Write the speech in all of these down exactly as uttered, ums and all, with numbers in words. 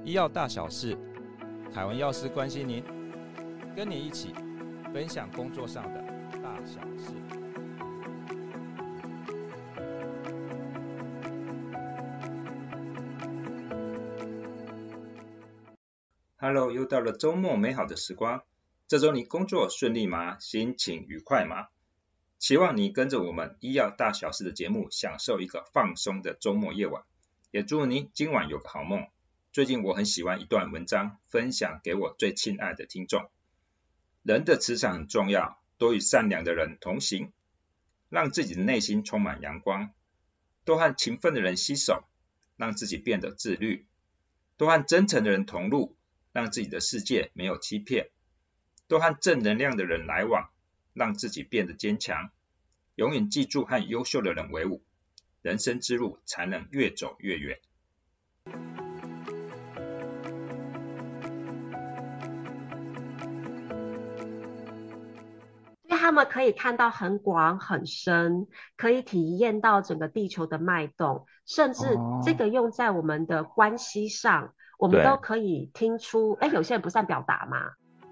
医药大小事，凯文药师关心您，跟你一起分享工作上的大小事。 Hello， 又到了周末美好的时光。这周你工作顺利吗？心情愉快吗？期望你跟着我们医药大小事的节目，享受一个放松的周末夜晚。也祝你今晚有个好梦。最近我很喜欢一段文章，分享给我最亲爱的听众。人的磁场很重要，多与善良的人同行，让自己的内心充满阳光；多和勤奋的人携手，让自己变得自律；多和真诚的人同路，让自己的世界没有欺骗；多和正能量的人来往，让自己变得坚强。永远记住和优秀的人为伍，人生之路才能越走越远。 他们可以看到很广很深，可以体验到整个地球的脉动，甚至这个用在我们的关系上，哦、我们都可以听出，哎，有些人不善表达嘛。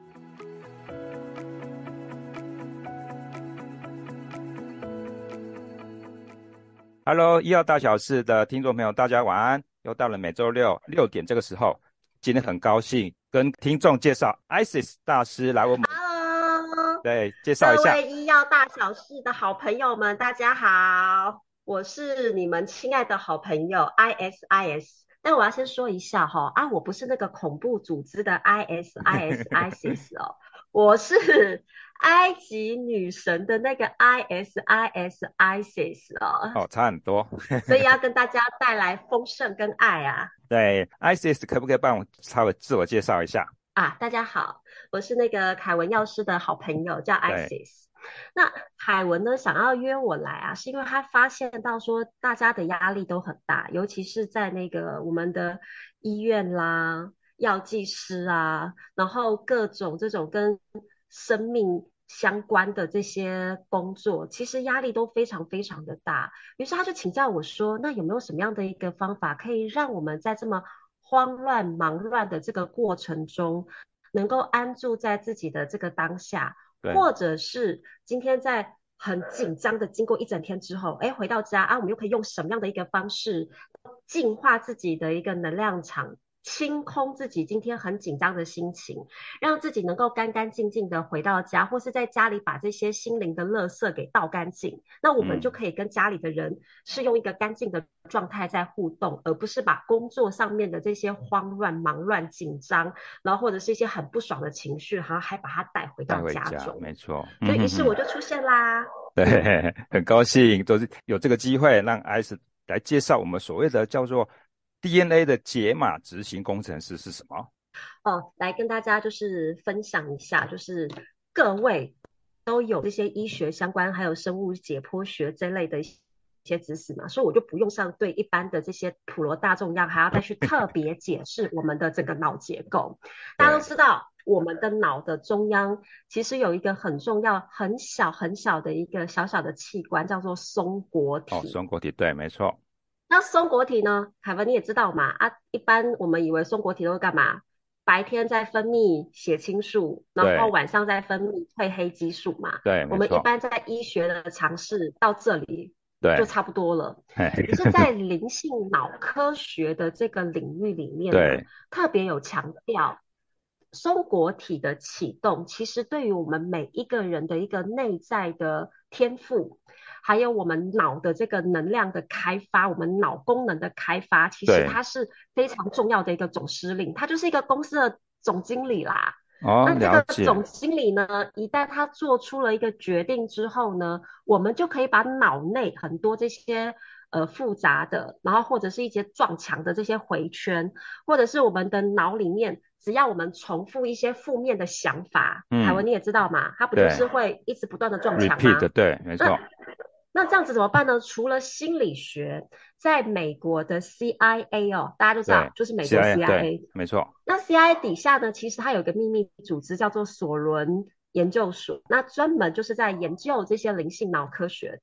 Hello， 医药大小事的听众朋友，大家晚安！又到了每周六六点这个时候，今天很高兴跟听众介绍 Isis 大师来我们。 Hello， 对，介绍一下。 各位医药大小事的好朋友们，大家好，我是你们亲爱的好朋友 I S I S。但我要先说一下哈，啊，我不是那个恐怖组织的 I S I S ISIS 哦，我是埃及女神的那个 I S I S ISIS 哦， 哦，差很多， 所以要跟大家带来丰盛跟爱啊。 对 ，ISIS 可不可以帮我稍微自我介绍一下？ 啊，大家好，我是那个凯文药师的好朋友，叫 Isis。那凯文呢，想要约我来啊，是因为他发现到说大家的压力都很大，尤其是在那个我们的医院啦、药剂师啊，然后各种这种跟生命相关的这些工作，其实压力都非常非常的大。于是他就请教我说，那有没有什么样的一个方法，可以让我们在这么慌乱忙乱的这个过程中，能够安住在自己的这个当下，或者是今天在很紧张的经过一整天之后，哎，回到家啊，我们又可以用什么样的一个方式净化自己的一个能量场，清空自己今天很紧张的心情，让自己能够干干净净的回到家，或是在家里把这些心灵的垃圾给倒干净，那我们就可以跟家里的人是用一个干净的状态在互动，而不是把工作上面的这些慌乱、忙乱、紧张，然后或者是一些很不爽的情绪，然后还把它带回到家中。 没错， 所以于是我就出现啦。 对，很高兴都是有这个机会让 Isis 来介绍我们所谓的叫做 D N A 的解码执行工程师是什么。 哦，来跟大家就是分享一下，就是各位都有这些医学相关还有生物解剖学这类的一些知识嘛，所以我就不用像对一般的这些普罗大众一样还要再去特别解释我们的这个脑结构。大家都知道我们的脑的中央其实有一个很重要很小很小的一个小小的器官叫做松果体。 哦，松果体，对，没错。 那松果体呢，凯文你也知道嘛，啊，一般我们以为松果体都是干嘛？白天在分泌血清素，然后晚上在分泌褪黑激素嘛。 对， 我们一般在医学的常识到这里就差不多了。可是在灵性脑科学的这个领域里面呢，特别有强调松果体的启动，其实对于我们每一个人的一个内在的天赋，还有我们脑的这个能量的开发，我们脑功能的开发，其实它是非常重要的一个总司令，它就是一个公司的总经理啦。 哦， 那这个总经理呢，一旦他做出了一个决定之后呢，我们就可以把脑内很多这些呃复杂的，然后或者是一些撞墙的这些回圈，或者是我们的脑里面，只要我们重复一些负面的想法，嗯、凯文你也知道嘛，它不就是会一直不断的撞墙吗？ Repeat， 对，没错。 那这样子怎么办呢？除了心理学，在美国的 C I A 哦，大家都知道，就是美国 C I A， 没错。 那 C I A 底下呢，其实它有一个秘密组织叫做索伦研究所，那专门就是在研究这些灵性脑科学的。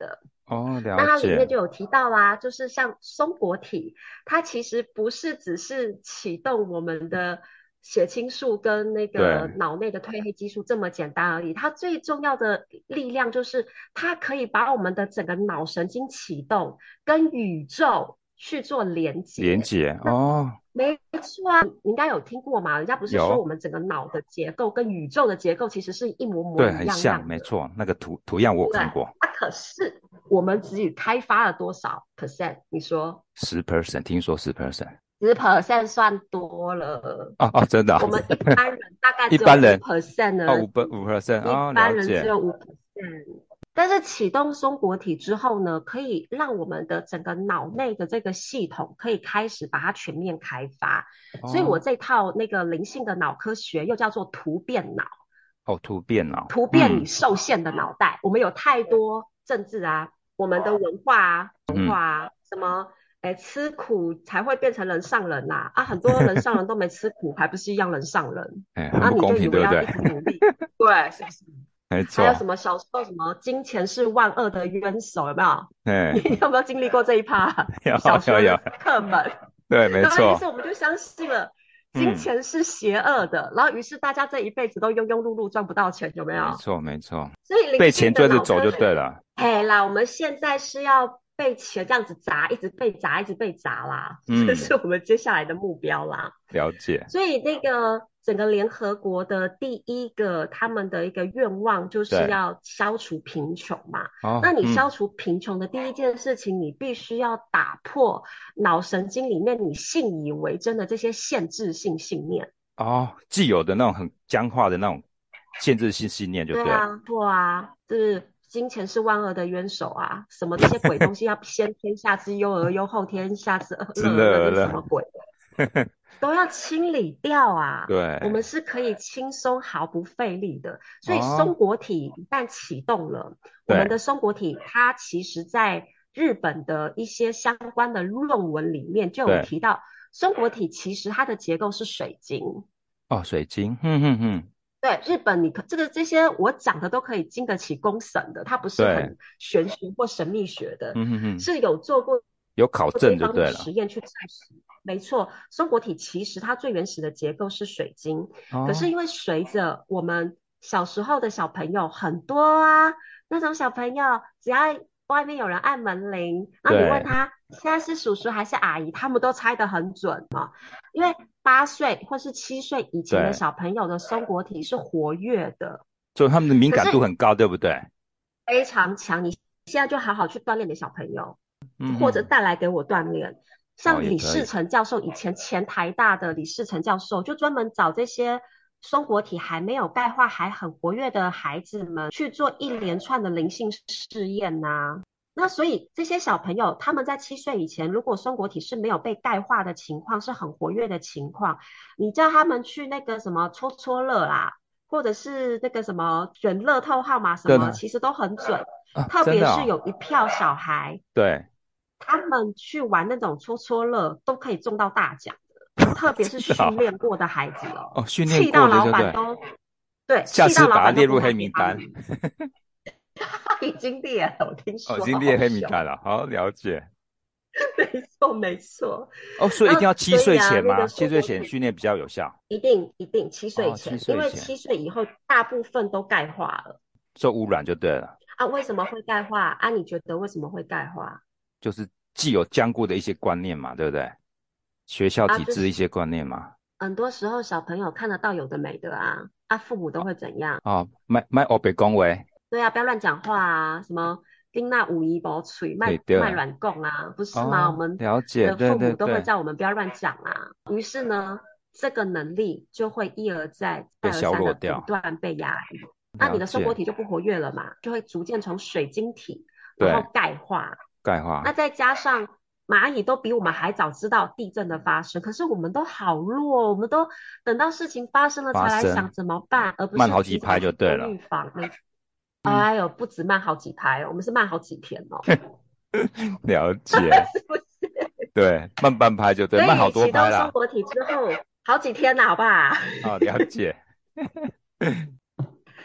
哦，了那它里面解。 就有提到啦，就是像松果体，它其实不是只是启动我们的血清素跟那个对， 脑内的褪黑激素这么简单而已，它最重要的力量就是它可以把我们的整个脑神经启动，跟宇宙去做连接。 连结那哦， 没错啊，你应该有听过嘛？人家不是说有， 我们整个脑的结构跟宇宙的结构其实是一模模对， 一很像， 样样的。 没错，那个图图样我有对， 看过， 啊，可是我们只有开发了多少 percent？你说十 percent，听说十 percent。 十 percent 算多了， 哦哦，真的哦， 我们一般人大概只有五一般人 percent 哦， 而五 per 五已， percent 一哦，了般人只解。 有五 percent。但是启动松果体之后呢，可以让我们的整个脑内的这个系统可以开始把它全面开发。所以我哦这套那个灵性的脑科学又叫做突变脑。 哦，突变脑， 突变你嗯受限的脑袋。我们有太多政治啊，我们的文化啊，文嗯， 化啊，什么哎吃苦才会变成人上人呐、啊，啊很多人上人都没吃苦，还不是一样人上人？ 哎，很那你就以不公平，对不对？ 为要一直努力，对，是不是？ 没错， 还有什么小时候什么金钱是万恶的冤手，有没有？ 哎， 你有没有经历过这一趴？ 有小学的有有， 课本？ 对，没对，于错， 是我们就相信了金嗯， 钱是邪恶的，然后于是大家这一辈子都庸庸碌碌赚不到钱，有没有？ 没错没错， 所以灵被钱性的追着走就脑科学， 对了， 嘿啦，我们现在是要被钱这样子砸，一直被砸，一直被砸啦，这嗯， 是我们接下来的目标啦。 了解， 所以那个整个联合国的第一个他们的一个愿望就是对， 要消除贫穷嘛。那哦， 你消嗯， 除贫穷的第一件事情，你必须要打破脑神经里面你信以为真的这些限制性信念。 哦，既有的那种很僵化的那种限制性信念就对了， 对啊，对啊，就是金钱是万恶的冤手啊，什么这些鬼东西要先天下之忧而忧，后天下之知乐而乐，这是什乐了， 么鬼？都要清理掉啊。我们对， 是可以轻松毫不费力的，所以松哦， 果体一旦启动了，我们对的松果体它其实在日本的一些相关的论文里面就有对， 提到，松果体其实它的结构是水晶。 哦，水晶，哼哼哼， 对，日本你可这个这些我讲的都可以经得起公审的，它不是对， 很玄学或神秘学的， 嗯哼哼， 是有做过有考证这一方面的就对了， 实验去证实。没错，松果体其实它最原始的结构是水晶，可是哦， 因为随着我们小时候的小朋友很多啊，那种小朋友只要外面有人按门铃，然后你问对他现在是叔叔还是阿姨，他们都猜得很准嘛。因为八岁或是七岁以前的对， 小朋友的松果体是活跃的， 所以他们的敏可是感度很高，对不对？ 非常强。你现在就好好去锻炼你的小朋友，或者嗯哼， 带来给我锻炼。 哦， 像李世也可以， 成教授，以前前台大的李世成教授，就专门找这些松果体还没有钙化、还很活跃的孩子们去做一连串的灵性试验呐、啊。那所以这些小朋友他们在七岁以前，如果松果体是没有被钙化的情况，是很活跃的情况，你叫他们去那个什么戳戳乐啦，或者是那个什么选乐透号码什么， 真的其实都很准。 啊， 特别是真的哦， 有一票小孩， 对， 他们去玩那种戳戳乐都可以中到大奖的，特别是真的哦， 训练过的孩子哦， 哦，训练气到老过的就对， 板都对， 下气到老次把它列板都不买入黑名单。 给他们。他已经列了，我听哦，已说，好经列黑名单笑。 了，好了解。 没错，没错。 哦，所以一然后定要七所以啊， 岁前吗？ 那个七岁松果体前训练比较有效。 一定一定七岁哦，七前，因为岁前七岁以后大部分都钙化了受污染就对了， 啊。为什么会钙化啊？你觉得为什么会钙化就是既有僵固的一些观念嘛，对不对？学校啊？ 体就是制一些观念嘛。 很多时候小朋友看得到有的没的啊，啊，父母都会怎样？ 哦，卖卖欧北恭维， 对啊，不要乱讲话啊，什么丁那五姨包吹卖对对。 卖软供啊，不是吗？我哦， 们了解， 的对父母都会对对， 叫我们不要乱讲啊。于是呢，这个能力就会一而再、 被削再而三的不弱掉， 断被压抑。那你的松果了解， 体就不活跃了嘛，就会逐渐从水晶体，然后对， 钙化。 钙化， 那再加上蚂蚁都比我们还早知道地震的发生，可是我们都好弱，我们都等到事情发生了才来发生， 想怎么办，而不慢是好几拍提早去就对了。 做预防。没嗯， 哎呦，不止慢好几拍哦，我们是慢好几天哦， 了解， 是不是？ 对，慢半拍就对， 所慢好以启动松多拍啦。 果体之后，好几天啦，好不好？ 哦，了解，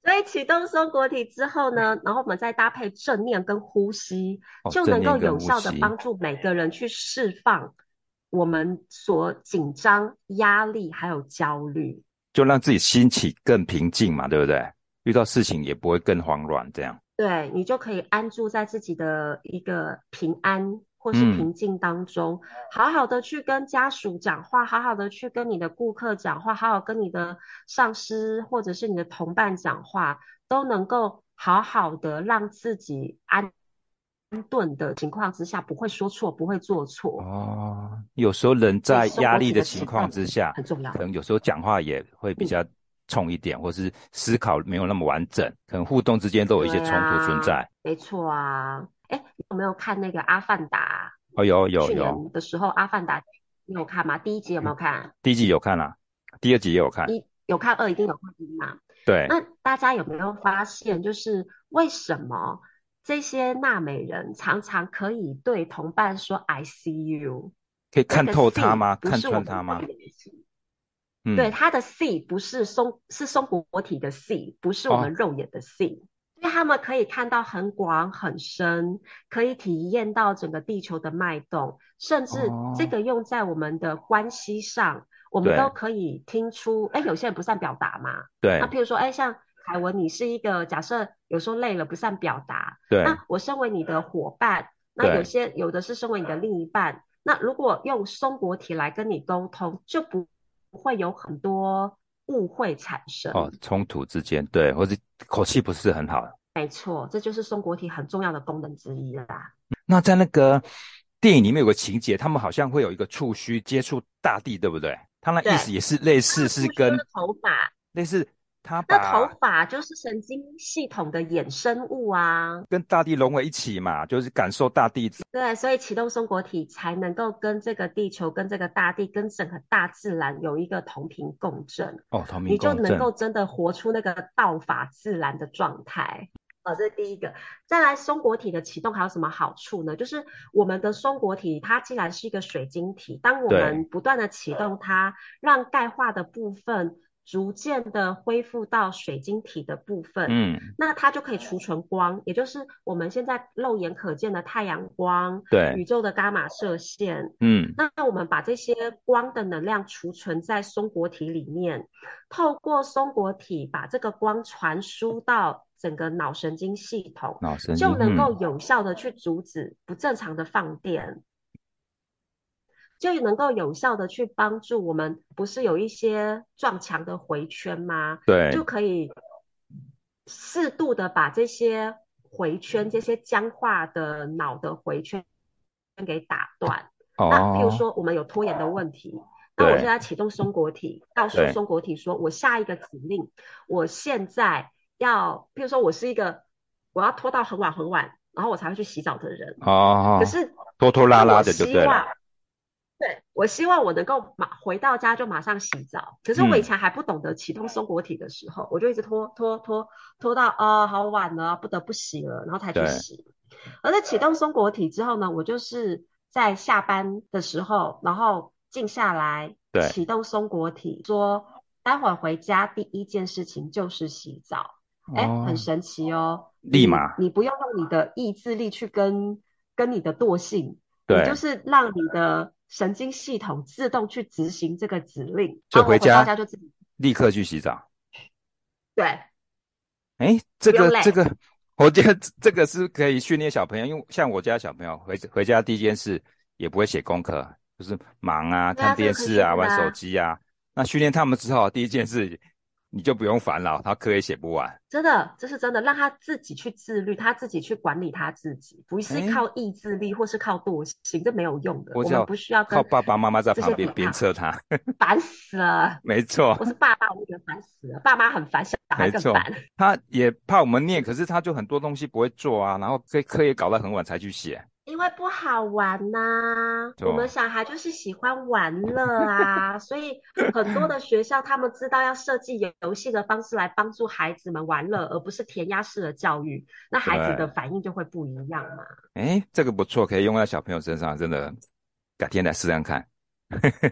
所以启动松果体之后呢，然后我们再搭配正念跟呼吸， 哦， 就能够正念跟有效的呼吸， 帮助每个人去释放我们所紧张、压力还有焦虑。 就让自己心情更平静嘛，对不对？遇到事情也不会更慌乱，这样。 对，你就可以安住在自己的一个平安或是嗯， 平静当中，好好的去跟家属讲话，好好的去跟你的顾客讲话，好好跟你的上司或者是你的同伴讲话，都能够好好的让自己安顿的情况之下，不会说错，不会做错。 哦，有时候人所以在压力松果体的情况的启动之下， 很重要。 可能有时候讲话也会比嗯， 较冲一点，或是思考没有那么完整，可能互动之间都有一些对冲突存啊， 在。 没错啊。哎，你有没有看那个《阿凡达》？ 哦，有有去有， 年的时候，《阿凡达》你有看吗？第一集有没嗯， 有看？ 第一集有看啊，第二集也有看。 一有看，二一定有看一嘛？ 对， 那大家有没有发现，就是为什么这些纳美人常常可以对同伴说 "I see you"？那个可以看透他 "see" 吗？看不是我们穿他吗？ 肉眼的 see，对， 嗯， 它的 "see" 不是松是松果体的 "see"，不是我哦们肉眼的 "see"。因为他们可以看到很广很深，可以体验到整个地球的脉动，甚至这哦， 个用在我们的关系上，我们都对可以听出，哎，有些人不善表达嘛，那对譬如说，哎，像凯文，你是一个假设有时候累了不善表达， 对那我身为你的伙伴，那有对， 些有的是身为你的另一半，那如果用松果体来跟你沟通，就不会有很多误会产哦， 生。 冲突之间，对，或者口气不是很好。 没错，这就是松果体很重要的功能之一啦。 那在那个电影里面有个情节，他们好像会有一个触须接触大地，对不对？他那意思对， 也是类那个似，是跟触须就是头发， 类似他那头把发就是神经系统的衍生物啊。 跟大地融为一起嘛，就是感受大地。 对，所以启动松果体才能够跟这个地球、跟这个大地、跟整个大自然有一个同频共振， 哦，同频你就共振。 能够真的活出那个道法自然的状态。好，这是第一个。再来，松果体的启动还有什么好处呢？就是我们的松果体，它既然是一个水晶体，当我对， 们不断的启动它，让钙化的部分逐渐的恢复到水晶体的部分， 嗯， 那它就可以储存光，也就是我们现在肉眼可见的太阳光、 对， 宇宙的伽马射线。 嗯， 那我们把这些光的能量储存在松果体里面，透过松果体把这个光传输到整个脑神经系统， 脑神经， 就能够嗯， 有效的去阻止不正常的放电，就能够有效的去帮助我们。不是有一些撞墙的回圈吗？ 对， 就可以适度的把这些回圈、这些僵化的脑的回圈给打断。那譬如哦， 说，我们有拖延的问题，那我现对在启动松果体，告诉对， 松果体说，我下一个指令，我现在要，譬如说我是一个我要拖到很晚很晚，然后我才会去洗澡的人，可哦， 是拖拖拉当我拉的就对了。 希望对，我希望我能够马回到家就马上洗澡。可是我以嗯， 前还不懂得启动松果体的时候，我就一直拖拖拖拖到哦好晚了，不得不洗了，然后才去对洗。而在启动松果体之后呢，我就是在下班的时候，然后静下来对， 启动松果体，说待会儿回家第一件事情就是洗澡。哎，很哦， 神奇哦，你立马， 你不用用你的意志力去跟跟你的惰性。你就对， 是让你的神经系统自动去执行这个指令， 所以然后我回到回家家就自己立刻去洗澡。 对， 诶，这不用累。 个这个，我觉得这这个是可以训练小朋友，因为像我家小朋友回回家第一件事也不会写功课，就是忙啊、看对啊，这个可以训电视啊、玩手练的啊， 机啊。那训练他们之后，第一件事你就不用烦恼，他课也写不完。 真的，这是真的，让他自己去自律，他自己去管理他自己，不是诶， 靠意志力或是靠惰性，这没有用的。 我只要我们不需要跟靠爸爸妈妈在这些旁边抵抗， 鞭策他。 烦死了。 没错， 我是爸爸，我就觉得烦死了，爸妈很烦，小孩没错， 更烦。 他也怕我们念，可是他就很多东西不会做啊，然后这课也搞得很晚才去写， 因为不好玩呐、我们就小孩就是喜欢玩乐啊，所以很多的学校他们知道要设计游戏的方式来帮助孩子们玩乐，而不是填鸭式的教育，那孩子的对。 反应就会不一样嘛。 哎，这个不错，可以用在小朋友身上，真的，改天来试试看。 哎，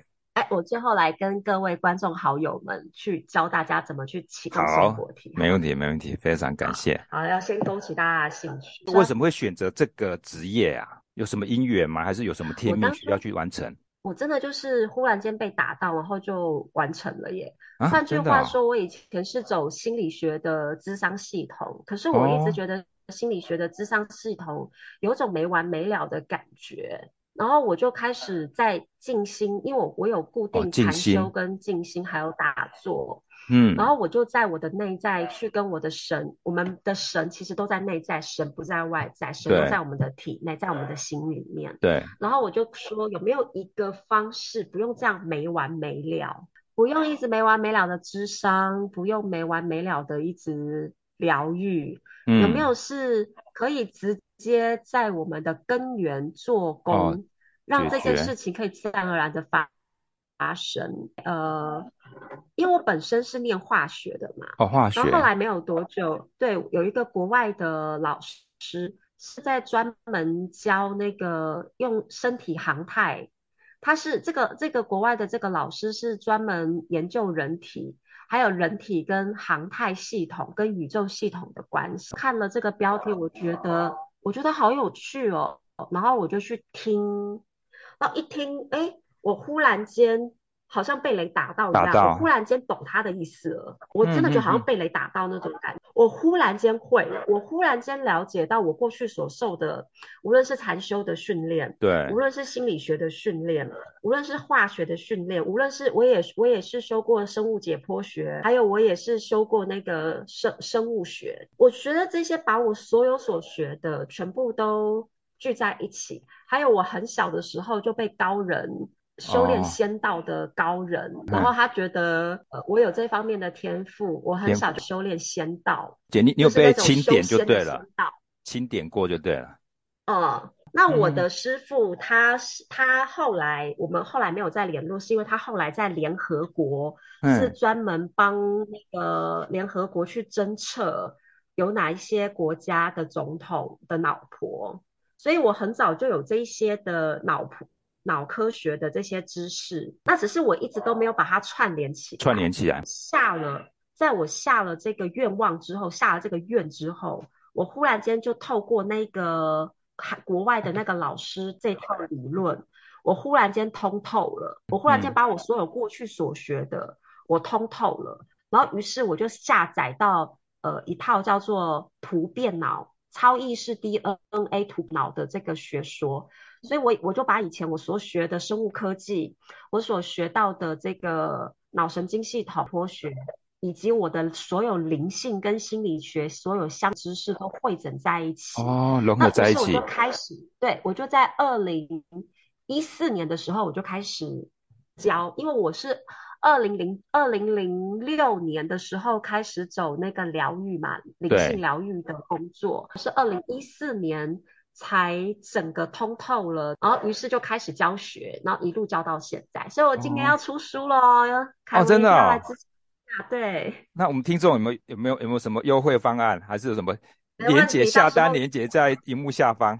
来，我最后来跟各位观众好友们去教大家怎么去启动松好， 果体。 没问题，没问题，非常感谢。 好，要先勾起大家的兴趣。 为什么会选择这个职业啊？有什么因缘吗？还是有什么天我当初命需要去完成我真的就是忽然间被打到，然后就完成了耶。 啊？ 换句真的哦， 话说，我以前是走心理学的咨商系统，可是我一直哦觉得心理学的咨商系统有种没完没了的感觉。然后我就开始在静心，因为我我有固哦， 定禅修静心， 跟静心，还有打坐。然嗯， 后我就在我的内在去跟我的神，我们的神其实都在内在，神不在外在，神都在对我们的体内，在我们的心里面。 对， 然后我就说有没有一个方式不用这样没完没了，不用一直没完没了的咨商，不用没完没了的一直疗愈，有没嗯， 有是可以直接在我们的根源做哦， 工，让这件解决， 事情可以自然而然的发发生？呃，因为我本身是念化学的嘛。 哦，化然后后学， 来没有多久，对，有一个国外的老师是在专门教那个用身体航太，他是这个这个国外的这个老师是专门研究人体，还有人体跟航太系统跟宇宙系统的关系。看了这个标题，我觉得我觉得好有趣哦，然后我就去听，然后一听，哎，我忽然间好像被雷打到一样，我忽达到， 然间懂他的意思了。我真的觉得好像嗯嗯嗯， 被雷打到那种感觉。我忽然间会了，我忽然间了解到我过去所受的，无论是禅修的训练， 对， 无论是心理学的训练，无论是化学的训练，无论是我也我也是修过生物解剖学，还有我也是修过那个生生物学。我觉得这些把我所有所学的全部都聚在一起。还有我很小的时候就被高人修炼哦， 仙道的高人，然后嗯， 他觉得呃我有这方面的天赋，我很天赋， 小就修炼仙道， 姐，你你有就是那被种修钦点就仙的仙对了， 道。 钦点过就对了， 嗯，那我嗯的师傅他是他后来我们后来没有再联络，是因为他后来在联合国是嗯， 专门帮那个联合国去侦测有哪一些国家的总统的脑婆，所以我很早就有这一些的脑婆脑科学的这些知识，那只是我一直都没有把它串联起串联来。 起来， 下了，在我下了这个愿望之后，下了这个愿之后。我忽然间就透过那个国外的那个老师这套理论，我忽然间通透了。我忽然间嗯， 把我所有过去所学的，我通透了。然后于是我就下载到呃一套叫做突变脑、超意识 D N A 图脑的这个学说。所以我我就把以前我所学的生物科技，我所学到的这个脑神经系统科学，以及我的所有灵性跟心理学所有相知识都汇整在一起。 哦，融合那于是我就在一起， 开始，对，我就在二零一四年的时候我就开始教，因为我是二零零二零零六年的时候开始走那个疗愈嘛，灵性对， 疗愈的工作，是二零一四年才整个通透了，然后于是就开始教学，然后一路教到现在，所以我今年要哦出书喽，凯哦，真文一定要来的哦。 支持一下，对， 那我们听众有没有有没有有没有什么优惠方案，还是有什么连结没问题，到下单时候连结在荧幕下方？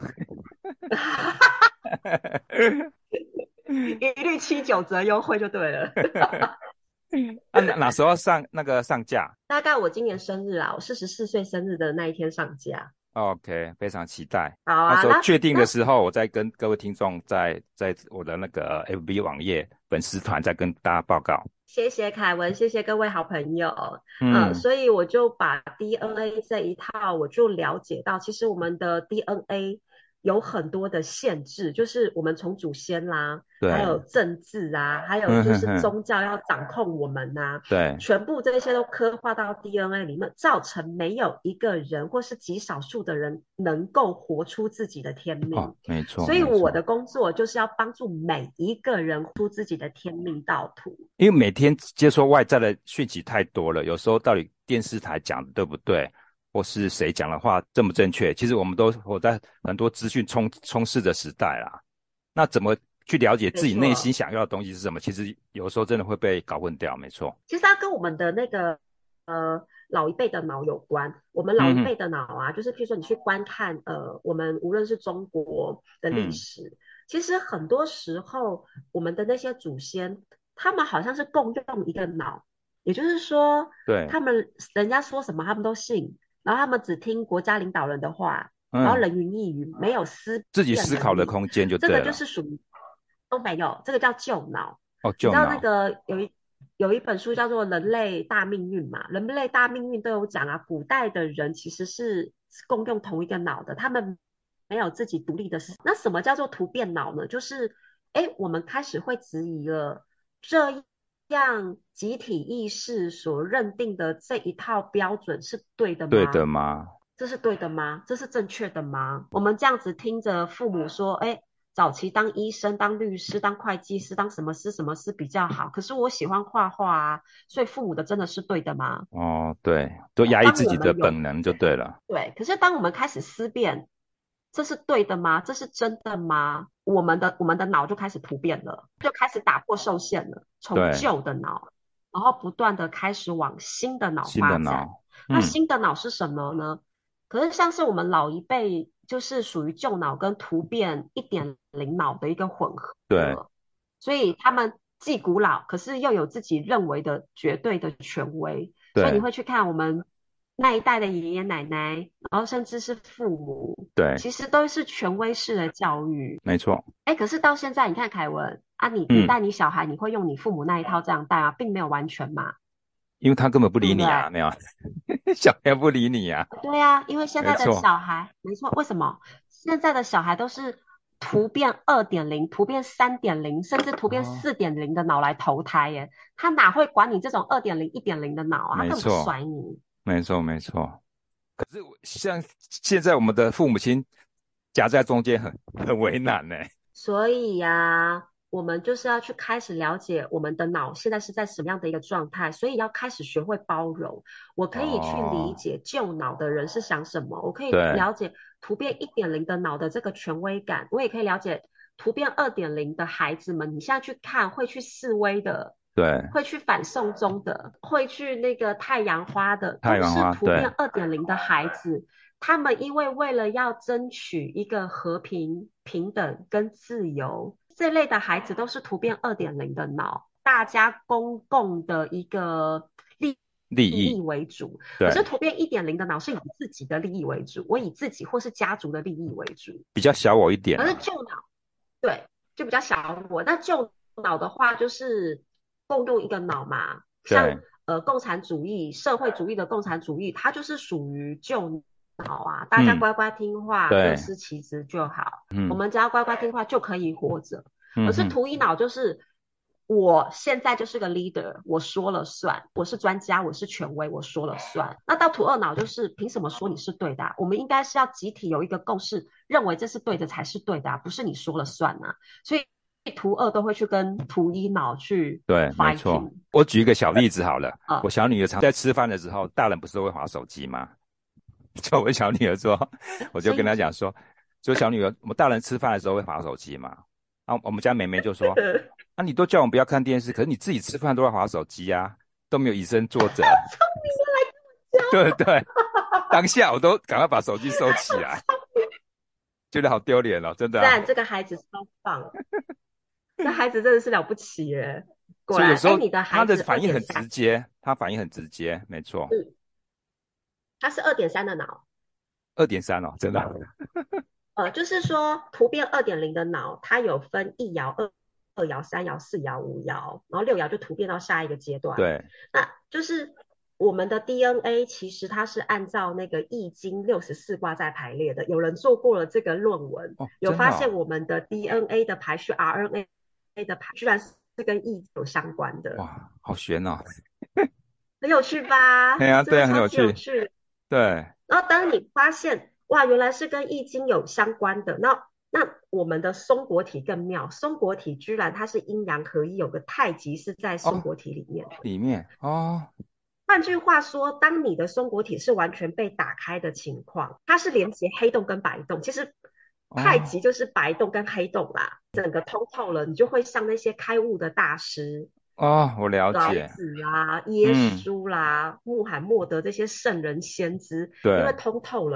一律七九折优惠就对了。 啊，哪哪时候上那个上架大概我今年生日啊，我四十四岁生日的那一天上架。 ？OK，非常期待。 好啊， 到时候那确定的那时候，我再跟各位听众在在我的那个 F B 网页粉丝团再跟大家报告。 谢谢凯文，谢谢各位好朋友。呃， 嗯， 所以我就把 D N A 这一套，我就了解到，其实我们的 D N A 有很多的限制，就是我们从祖先啦，还对， 有政治啊，还有嗯就是哼哼， 宗教要掌控我们呐、 对， 全部这些都刻画到 D N A 里面，造成没有一个人或是极少数的人能够活出自己的天命。 哦，没错所以没错。 我的工作就是要帮助每一个人活出自己的天命道途。 因为每天接收外在的讯息太多了，有时候到底电视台讲的对不对，或是谁讲的话正不正确，其实我们都活在很多资讯充充斥的时代啦。那怎么去了解没自己内心错， 想要的东西是什么？其实有时候真的会被搞混掉，没错。 其实它跟我们的那个呃老一辈的脑有关。我们老嗯哼， 一辈的脑啊，就是譬如说你去观看呃我们无论是中国的历嗯， 史，其实很多时候我们的那些祖先他们好像是共用一个脑，也就是说， 对， 他们人家说什么他们都信，然后他们只听国家领导人的话，然后嗯， 人云亦云，没有思自己辨思考的能力， 空间就这个就对了。 是属于都没有，这个叫旧脑。 哦， 你知道那旧脑， 个有一有一本书叫做《人类大命运》嘛？人类大命运都有讲啊，古代的人其实是共用同一个脑的，他们没有自己独立的思。那什么叫做突变脑呢？就是，哎，我们开始会质疑了，这样集体意识所认定的这一套标准是对的对的吗？ 吗？ 这是对的吗？这是正确的吗？我们这样子听着父母说，哎，早期当医生、当律师、当会计师、当什么师什么师比较好。可是我喜欢画画啊，所以父母的真的是对的吗？ 哦，对，都压抑当自己的我们有本能就对了。 对，可是当我们开始思辨，这是对的吗？这是真的吗？我们的我们的脑就开始突变了，就开始打破受限了，从对， 旧的脑，然后不断的开始往新的脑新的发展。 脑， 那嗯， 新的脑是什么呢？可是像是我们老一辈，就是属于旧脑跟突变一点零脑的一个混合， 对所以他们既古老，可是又有自己认为的绝对的权威。所以你对会去看我们那一代的爷爷奶奶，然后甚至是父母， 对， 其实都是权威式的教育。 没错， 哎，可是到现在，你看凯文啊，你你嗯， 带你小孩，你会用你父母那一套这样带啊，并没有完全嘛， 因为他根本不对不对？ 理你啊，没有，小孩不理你啊， 对呀，因为现在的没错， 小孩，没错，为什么现在的小孩都是突变二点零、突变三点零，甚至突变哦， 四点零的脑来投胎耶？他哪会管你这种二点零、一点零的脑啊？他根本不没错， 甩你。 没错，没错。可是我像现在我们的父母亲夹在中间很很为难呢。 所以呀，我们就是要去开始了解我们的脑现在是在什么样的一个状态，所以要开始学会包容。我可以去理哦， 解旧脑的人是想什么，我可以对了解突变一点零的脑的这个权威感，我也可以了解突变二点零的孩子们，你现在去看会去示威的。 对， 会去反送中的，会去那个太阳花的，都太阳花， 是突变对二点零的孩子。他们因为为了要争取一个和平、平等跟自由，这类的孩子都是突变二点零的脑，大家公共的一个利利益， 益为主。可是对， 突变一点零的脑是以自己的利益为主，我以自己或是家族的利益为主。 比较小我一点可是啊。 旧脑，对，就比较小我。那旧脑的话，就是共用一个脑嘛，像对， 呃共产主义、社会主义的共产主义，它就是属于旧脑啊，大家嗯， 乖乖听话，各对， 司其职就好。我嗯们只要乖乖听话就可以活着。可是嗯嗯， 图一脑就是我现在就是个 leader，我说了算，我是专家，我是权威，我说了算。那到图二脑就是凭什么说你是对的啊？我们应该是要集体有一个共识，认为这是对的才是对的啊，不是你说了算啊。所以图二都会去跟图一脑去对，没错。 fighting 我举一个小例子好了， 啊。 我小女儿常在吃饭的时候，大人不是都会划手机吗？就我小女儿说，我就所以跟她讲说，就小女儿，我们大人吃饭的时候会划手机嘛？然后我们家妹妹就说，啊，你都叫我们不要看电视，可是你自己吃饭都在划手机啊，都没有以身作则。对对，当下我都赶快把手机收起来，觉得好丢脸哦，真的啊。 但这个孩子超棒，这孩子真的是了不起耶！果然，哎， 所以有时候你的他的孩子二反应很直点三， 接，他反应很直接，没错。 嗯，他是二点三的脑。 二点三哦，真的。 呃，就是说突变二点零的脑，它有分一爻、二二爻、三爻、四爻、五爻，然后六爻就突变到下一个阶段。 对， 那就是我们的 D N A 其实它是按照那个易经六十四卦在排列的。有人做过了这个论文， 哦， 有发现真的哦， 我们的 D N A 的排序、R N A 的排，居然是跟易有相关的， 哇，好悬哦。 很有趣吧？ 对啊，对啊，很真的超级有有趣。 趣。 对， 然后当你发现哇，原来是跟易经有相关的，那那我们的松果体更妙，松果体居然它是阴阳合一，有个太极是在松哦， 果体里面。 里面哦， 换句话说，当你的松果体是完全被打开的情况，它是连接黑洞跟白洞。其实太哦， 极就是白洞跟黑洞啦，整个通透了，你就会像那些开悟的大师， 哦，我了老解。 子啦、耶嗯， 稣啦、穆罕默德这些圣人先知，因为对， 通透了嘛。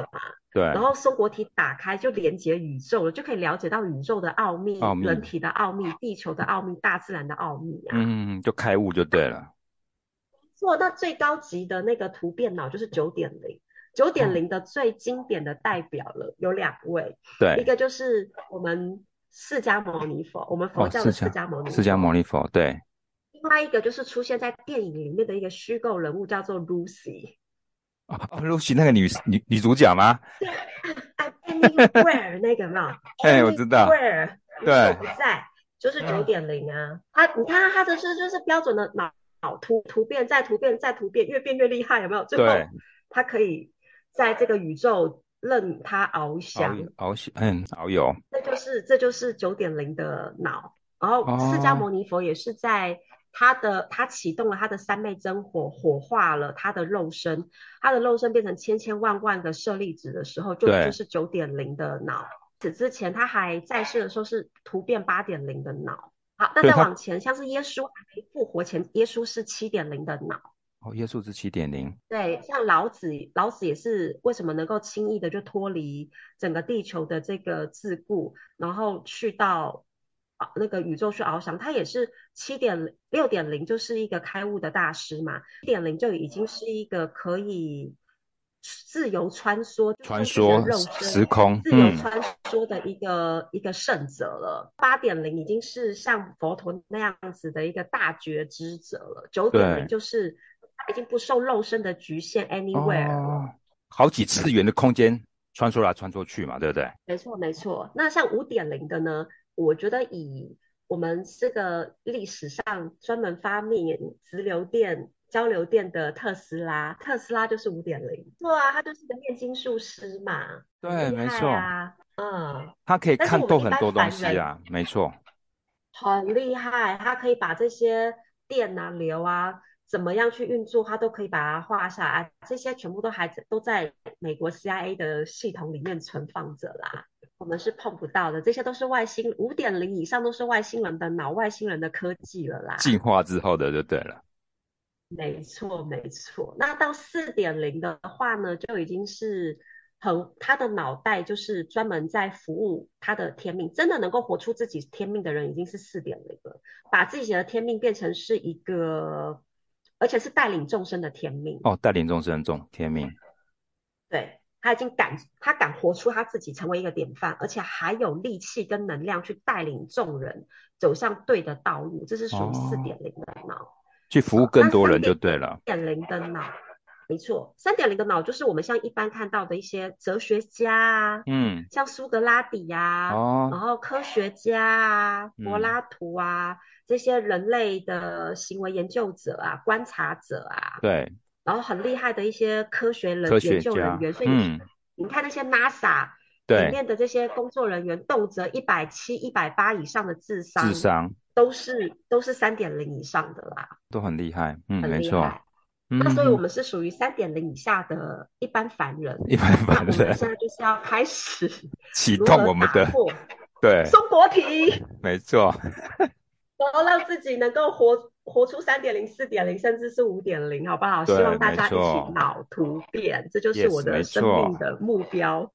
对， 然后松果体打开就连接宇宙了，就可以了解到宇宙的奥秘、 奥秘， 人体的奥秘、地球的奥秘、大自然的奥秘啊。 嗯，就开悟就对了。 错，那最高级的那个突变脑就是九点零。九点零的最经典的代表了有两位， 对， 一个就是我们释迦牟尼佛，我们佛教的释迦牟尼佛， 释迦牟尼佛，对。 另外一个就是出现在电影里面的一个虚构人物，叫做 Lucy。 哦，Lucy 那个女女女主角吗？ 对，I'm anywhere 那个嘛， 哎，我知道。 Anywhere， 对， 不在，就是九点零啊。他，你看他这是就是标准的脑脑突突变再突变再突变，越变越厉害，有没有？最后他可以在这个宇宙任他翱翔， 翱翔，嗯，遨游。 这就是这就是九点零的脑。然后释迦牟尼佛也是在他的他启动了他的三昧真火，火化了他的肉身，他的肉身变成千千万万个舍利子的时候，就就是九点零的脑。此之前他还在世的时候是突变八点零的脑。好，那再往前，像是耶稣还没复活前，耶稣是七点零的脑。 哦，耶稣是七点零。 对，像老子，老子也是为什么能够轻易的就脱离整个地球的这个桎梏，然后去到啊那个宇宙去翱翔，他也是七点六点零，就是一个开悟的大师嘛，七点零就已经是一个可以自由穿梭、 穿梭肉身时空、 自由穿梭的一个、嗯、一个圣者了。八点零已经是像佛陀那样子的一个大觉知者了。九点零就是他已经不受肉身的局限 ，anywhere 了、哦， 好几次元的空间穿梭来穿梭去嘛，对不对？ 没错，没错。那像五点零的呢？我觉得以我们这个历史上专门发明直流电、交流电的特斯拉，特斯拉就是五点零。对啊，他就是个炼金术师嘛， 对，没错。 嗯， 他可以看透很多东西啊，没错， 很厉害。他可以把这些电啊、流啊，怎么样去运作，他都可以把它画下来。这些全部都还都在美国 C I A 的系统里面存放着啦。我们是碰不到的，这些都是外星五点零以上都是外星人的脑、外星人的科技了啦。 进化之后的就对了。 没错，没错。那到四点零的话呢，就已经是很他的脑袋就是专门在服务他的天命，真的能够活出自己天命的人已经是四点零了，把自己的天命变成是一个，而且是带领众生的天命。 哦，带领众生众天命。 对。他已经敢，他敢活出他自己，成为一个典范，而且还有力气跟能量去带领众人走向对的道路，这是属于四点零的脑、哦， 去服务更多人就对了。 三点零的脑，没错，三点零的脑就是我们像一般看到的一些哲学家啊，嗯，像苏格拉底呀、啊哦，然后科学家啊，柏拉图啊、嗯，这些人类的行为研究者啊，观察者啊， 对。 然后很厉害的一些科学人科学研究人员，所以你、嗯、你看那些 NASA 里面的这些工作人员，动辄一百七、一百八以上的智商， 智商都是都是三点零以上的啦， 都很厉害，嗯， 很厉害没错。 嗯、那所以我们是属于三点零以下的一般凡人， 一般凡人。 那我们现在就是要开始启动我们的对松果体， 没错。 然后让自己能够活活出三点零、四点零，甚至是五点零，好不好？希望大家一起脑突变，这就是我的生命的目标。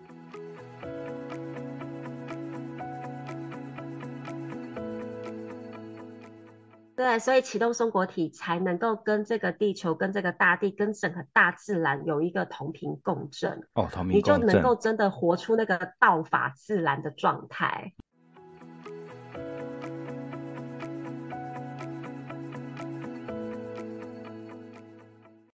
对，所以启动松果体才能够跟这个地球、跟这个大地、跟整个大自然有一个同频共振。 哦，同频共振， 你就能够真的活出那个道法自然的状态。